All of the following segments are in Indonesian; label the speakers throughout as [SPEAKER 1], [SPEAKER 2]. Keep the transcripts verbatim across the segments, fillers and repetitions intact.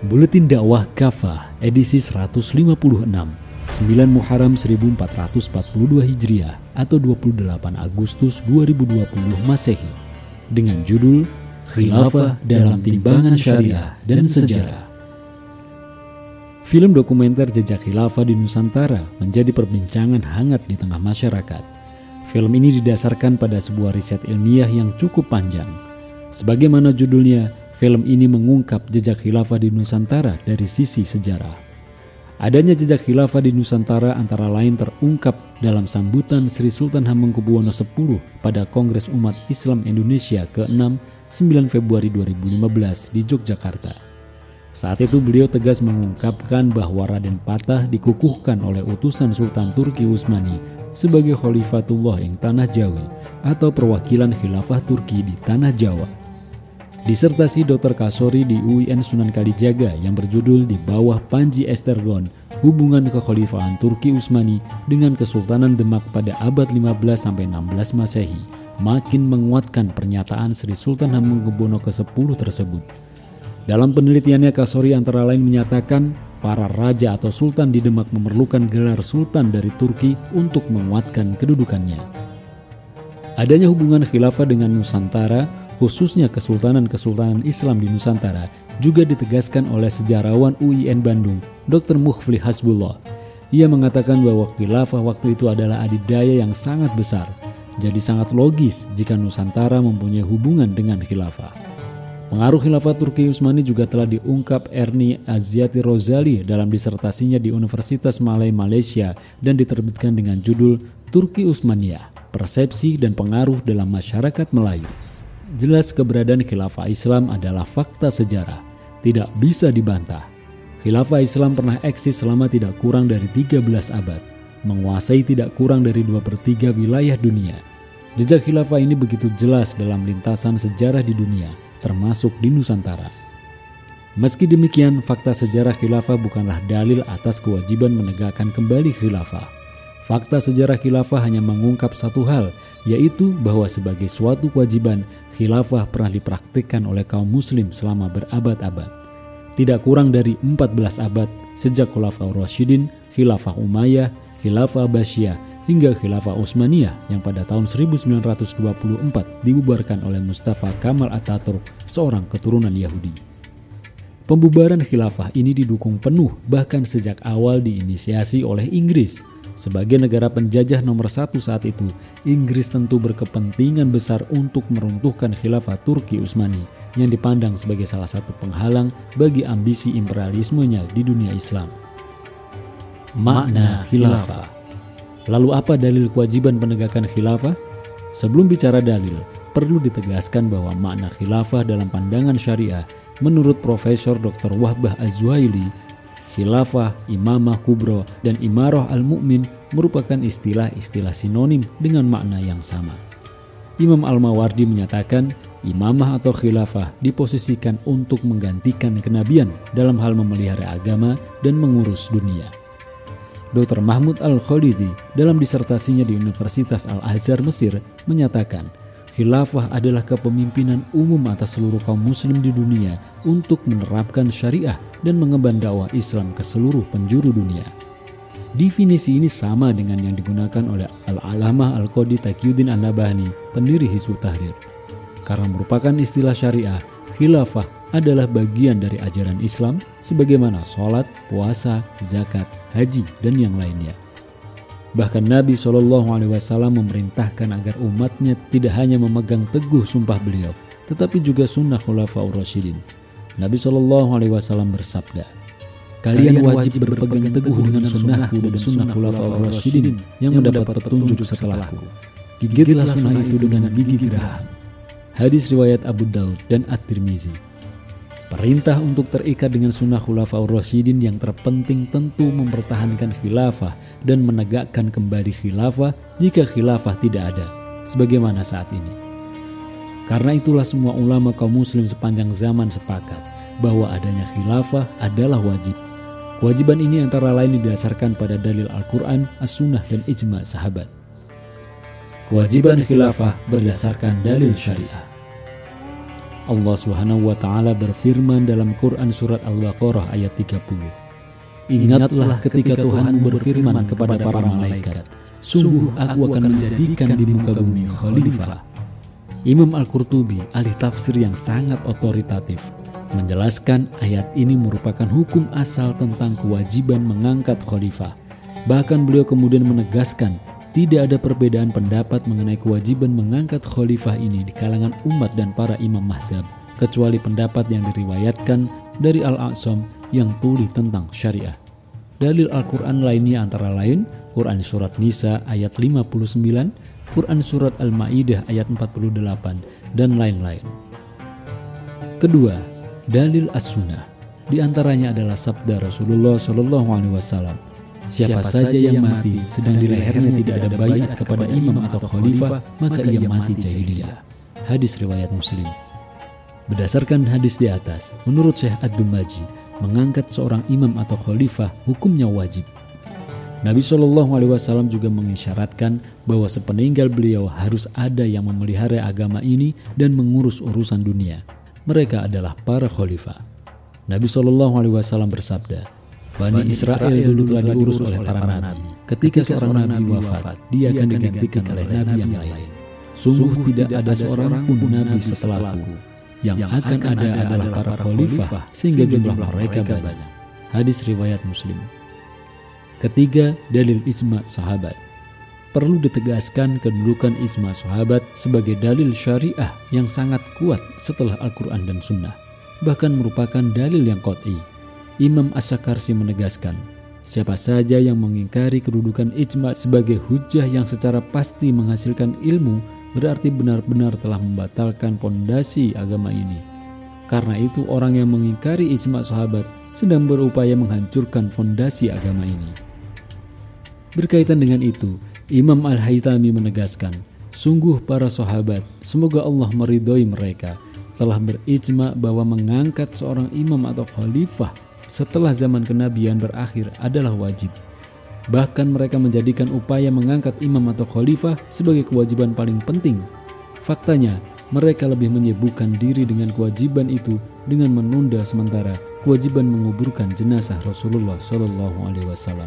[SPEAKER 1] Buletin Dakwah Kafah edisi seratus lima puluh enam, sembilan Muharram seribu empat ratus empat puluh dua Hijriah atau dua puluh delapan Agustus dua ribu dua puluh Masehi dengan judul Khilafah dalam Timbangan Syariah dan Sejarah. Film dokumenter Jejak Khilafah di Nusantara menjadi perbincangan hangat di tengah masyarakat. Film ini didasarkan pada sebuah riset ilmiah yang cukup panjang. Sebagaimana judulnya, film ini mengungkap jejak khilafah di Nusantara dari sisi sejarah. Adanya jejak khilafah di Nusantara antara lain terungkap dalam sambutan Sri Sultan Hamengkubuwono X pada Kongres Umat Islam Indonesia ke enam sembilan Februari dua ribu lima belas di Yogyakarta. Saat itu beliau tegas mengungkapkan bahwa Raden Patah dikukuhkan oleh utusan Sultan Turki Utsmani sebagai Khalifatullah ing Tanah Jawi atau perwakilan khilafah Turki di Tanah Jawa. Disertasi Doktor Kasori di U I N Sunan Kalijaga yang berjudul Di Bawah Panji Estergon, Hubungan Kekhalifahan Turki Utsmani dengan Kesultanan Demak pada abad lima belas sampai enam belas Masehi, makin menguatkan pernyataan Sri Sultan Hamengkubuwono ke sepuluh tersebut. Dalam penelitiannya, Kasori antara lain menyatakan para raja atau sultan di Demak memerlukan gelar sultan dari Turki untuk menguatkan kedudukannya. Adanya hubungan khilafah dengan Nusantara, khususnya Kesultanan-Kesultanan Islam di Nusantara, juga ditegaskan oleh sejarawan U I N Bandung, Doktor Mukhli Hasbullah. Ia mengatakan bahwa khilafah waktu itu adalah adidaya yang sangat besar, jadi sangat logis jika Nusantara mempunyai hubungan dengan khilafah. Pengaruh khilafah Turki Utsmani juga telah diungkap Ernie Aziati Rozali dalam disertasinya di Universitas Malay Malaysia dan diterbitkan dengan judul Turki Utsmaniyah, Persepsi dan Pengaruh dalam Masyarakat Melayu. Jelas keberadaan khilafah Islam adalah fakta sejarah, tidak bisa dibantah. Khilafah Islam pernah eksis selama tidak kurang dari tiga belas abad, menguasai tidak kurang dari dua per tiga wilayah dunia. Jejak khilafah ini begitu jelas dalam lintasan sejarah di dunia, termasuk di Nusantara. Meski demikian, fakta sejarah khilafah bukanlah dalil atas kewajiban menegakkan kembali khilafah. Fakta sejarah khilafah hanya mengungkap satu hal, yaitu bahwa sebagai suatu kewajiban, khilafah pernah dipraktikkan oleh kaum muslim selama berabad-abad. Tidak kurang dari empat belas abad, sejak Khulafaur Rasyidin, Khilafah Umayyah, Khilafah Abbasiyah, hingga Khilafah Utsmaniyah yang pada tahun seribu sembilan ratus dua puluh empat dibubarkan oleh Mustafa Kamal Ataturk, seorang keturunan Yahudi. Pembubaran khilafah ini didukung penuh bahkan sejak awal diinisiasi oleh Inggris. Sebagai negara penjajah nomor satu saat itu, Inggris tentu berkepentingan besar untuk meruntuhkan khilafah Turki Utsmani yang dipandang sebagai salah satu penghalang bagi ambisi imperialismenya di dunia Islam. Makna khilafah. Lalu apa dalil kewajiban penegakan khilafah? Sebelum bicara dalil, perlu ditegaskan bahwa makna khilafah dalam pandangan syariah menurut Profesor Doktor Wahbah Az-Zuhaili, khilafah, imamah kubro, dan imarah al-mu'min merupakan istilah-istilah sinonim dengan makna yang sama. Imam Al-Mawardi menyatakan, imamah atau khilafah diposisikan untuk menggantikan kenabian dalam hal memelihara agama dan mengurus dunia. Doktor Mahmud Al-Khalidi dalam disertasinya di Universitas Al-Azhar Mesir menyatakan, khilafah adalah kepemimpinan umum atas seluruh kaum muslim di dunia untuk menerapkan syariah dan mengemban dakwah Islam ke seluruh penjuru dunia. Definisi ini sama dengan yang digunakan oleh Al-Alamah Al-Qadi Taqiyuddin An-Nabhani, pendiri Hizbut Tahrir. Karena merupakan istilah syariah, khilafah adalah bagian dari ajaran Islam sebagaimana sholat, puasa, zakat, haji, dan yang lainnya. Bahkan Nabi shallallahu alaihi wasallam memerintahkan agar umatnya tidak hanya memegang teguh sumpah beliau, tetapi juga sunnah Khulafaur Rasyidin. Nabi shallallahu alaihi wasallam bersabda, "Kalian wajib berpegang teguh dengan sunnahku dan sunnah Khulafaur Rasyidin yang mendapat petunjuk setelahku. Gigitlah sunnah itu dengan gigi geraham." Hadis riwayat Abu Daud dan At-Tirmizi. Perintah untuk terikat dengan sunnah Khulafaur Rasyidin yang terpenting tentu mempertahankan khilafah dan menegakkan kembali khilafah jika khilafah tidak ada, sebagaimana saat ini. Karena itulah semua ulama kaum muslim sepanjang zaman sepakat bahwa adanya khilafah adalah wajib. Kewajiban ini antara lain didasarkan pada dalil Al-Quran, As-Sunnah, dan Ijma' sahabat. Kewajiban khilafah berdasarkan dalil syariah. Allah Subhanahu wa taala berfirman dalam Quran surat Al-Baqarah ayat tiga puluh. Ingatlah ketika Tuhan berfirman kepada para malaikat, sungguh aku akan menjadikan di muka bumi khalifah. Imam Al-Qurtubi, ahli tafsir yang sangat otoritatif, menjelaskan ayat ini merupakan hukum asal tentang kewajiban mengangkat khalifah. Bahkan beliau kemudian menegaskan tidak ada perbedaan pendapat mengenai kewajiban mengangkat khalifah ini di kalangan umat dan para imam mazhab, kecuali pendapat yang diriwayatkan dari Al-A'sam yang tuli tentang syariah. Dalil Al-Quran lainnya antara lain Quran Surat Nisa ayat lima puluh sembilan, Quran Surat Al-Ma'idah ayat empat puluh delapan, dan lain-lain. Kedua, dalil as-sunnah. Di antaranya adalah sabda Rasulullah shallallahu alaihi wasallam, siapa saja yang mati sedang di lehernya tidak ada baiat kepada imam atau khalifah, maka ia mati jahiliyah. Hadis riwayat Muslim. Berdasarkan hadis di atas, menurut Syekh Ad-Dumaji, mengangkat seorang imam atau khalifah hukumnya wajib. Nabi shallallahu alaihi wasallam juga mengisyaratkan bahwa sepeninggal beliau harus ada yang memelihara agama ini dan mengurus urusan dunia. Mereka adalah para khalifah. Nabi shallallahu alaihi wasallam bersabda, Bani Israel dulu telah diurus oleh para nabi. Ketika seorang nabi wafat, dia akan digantikan oleh nabi yang lain. Sungguh tidak ada seorang pun nabi setelahku. Yang akan ada adalah para khalifah, sehingga jumlah mereka banyak. Hadis riwayat Muslim. Ketiga, dalil ijma' sahabat. Perlu ditegaskan kedudukan ijma' sahabat sebagai dalil syariah yang sangat kuat setelah Al-Quran dan Sunnah, bahkan merupakan dalil yang qat'i. Imam Asy-Syakarsi menegaskan, siapa saja yang mengingkari kedudukan ijma' sebagai hujjah yang secara pasti menghasilkan ilmu, berarti benar-benar telah membatalkan pondasi agama ini. Karena itu orang yang mengingkari ijma' sahabat sedang berupaya menghancurkan fondasi agama ini. Berkaitan dengan itu, Imam Al-Haytami menegaskan, sungguh para sahabat, semoga Allah meridhoi mereka, telah berijma' bahwa mengangkat seorang imam atau khalifah setelah zaman kenabian berakhir adalah wajib. Bahkan mereka menjadikan upaya mengangkat imam atau khalifah sebagai kewajiban paling penting. Faktanya, mereka lebih menyibukkan diri dengan kewajiban itu dengan menunda sementara kewajiban menguburkan jenazah Rasulullah shallallahu alaihi wasallam.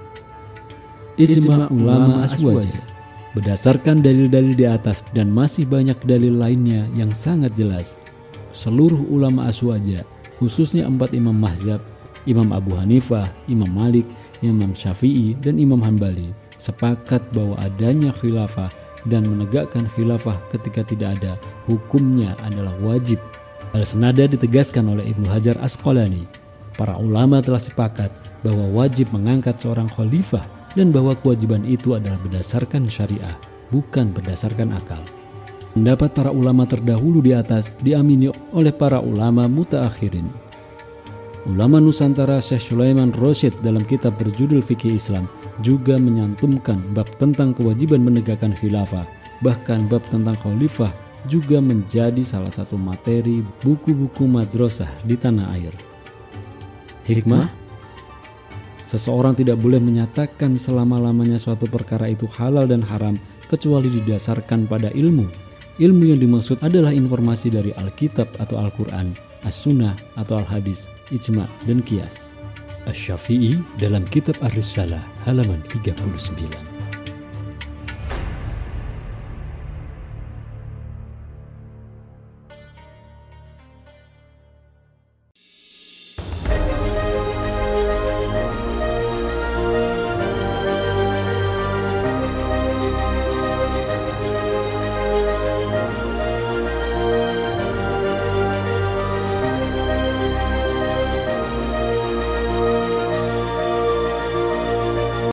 [SPEAKER 1] Ijma' ulama aswaja. Berdasarkan dalil-dalil di atas dan masih banyak dalil lainnya yang sangat jelas, seluruh ulama aswaja, khususnya empat imam mazhab, Imam Abu Hanifah, Imam Malik, Imam Syafi'i, dan Imam Hanbali, sepakat bahwa adanya khilafah dan menegakkan khilafah ketika tidak ada hukumnya adalah wajib. Hal senada ditegaskan oleh Ibnu Hajar Asqalani. Para ulama telah sepakat bahwa wajib mengangkat seorang khalifah dan bahwa kewajiban itu adalah berdasarkan syariah, bukan berdasarkan akal. Pendapat para ulama terdahulu di atas diamini oleh para ulama mutaakhirin. Ulama Nusantara Syekh Sulaiman Rosyid dalam kitab berjudul Fikih Islam juga menyantumkan bab tentang kewajiban menegakkan khilafah. Bahkan bab tentang khalifah juga menjadi salah satu materi buku-buku madrasah di tanah air. Hikmah, seseorang tidak boleh menyatakan selama-lamanya suatu perkara itu halal dan haram kecuali didasarkan pada ilmu. Ilmu yang dimaksud adalah informasi dari Alkitab atau Al-Quran, As-Sunnah atau Al-Hadis, Ijma' dan Qiyas. Asy-Syafi'i dalam kitab Ar-Risalah halaman tiga puluh sembilan.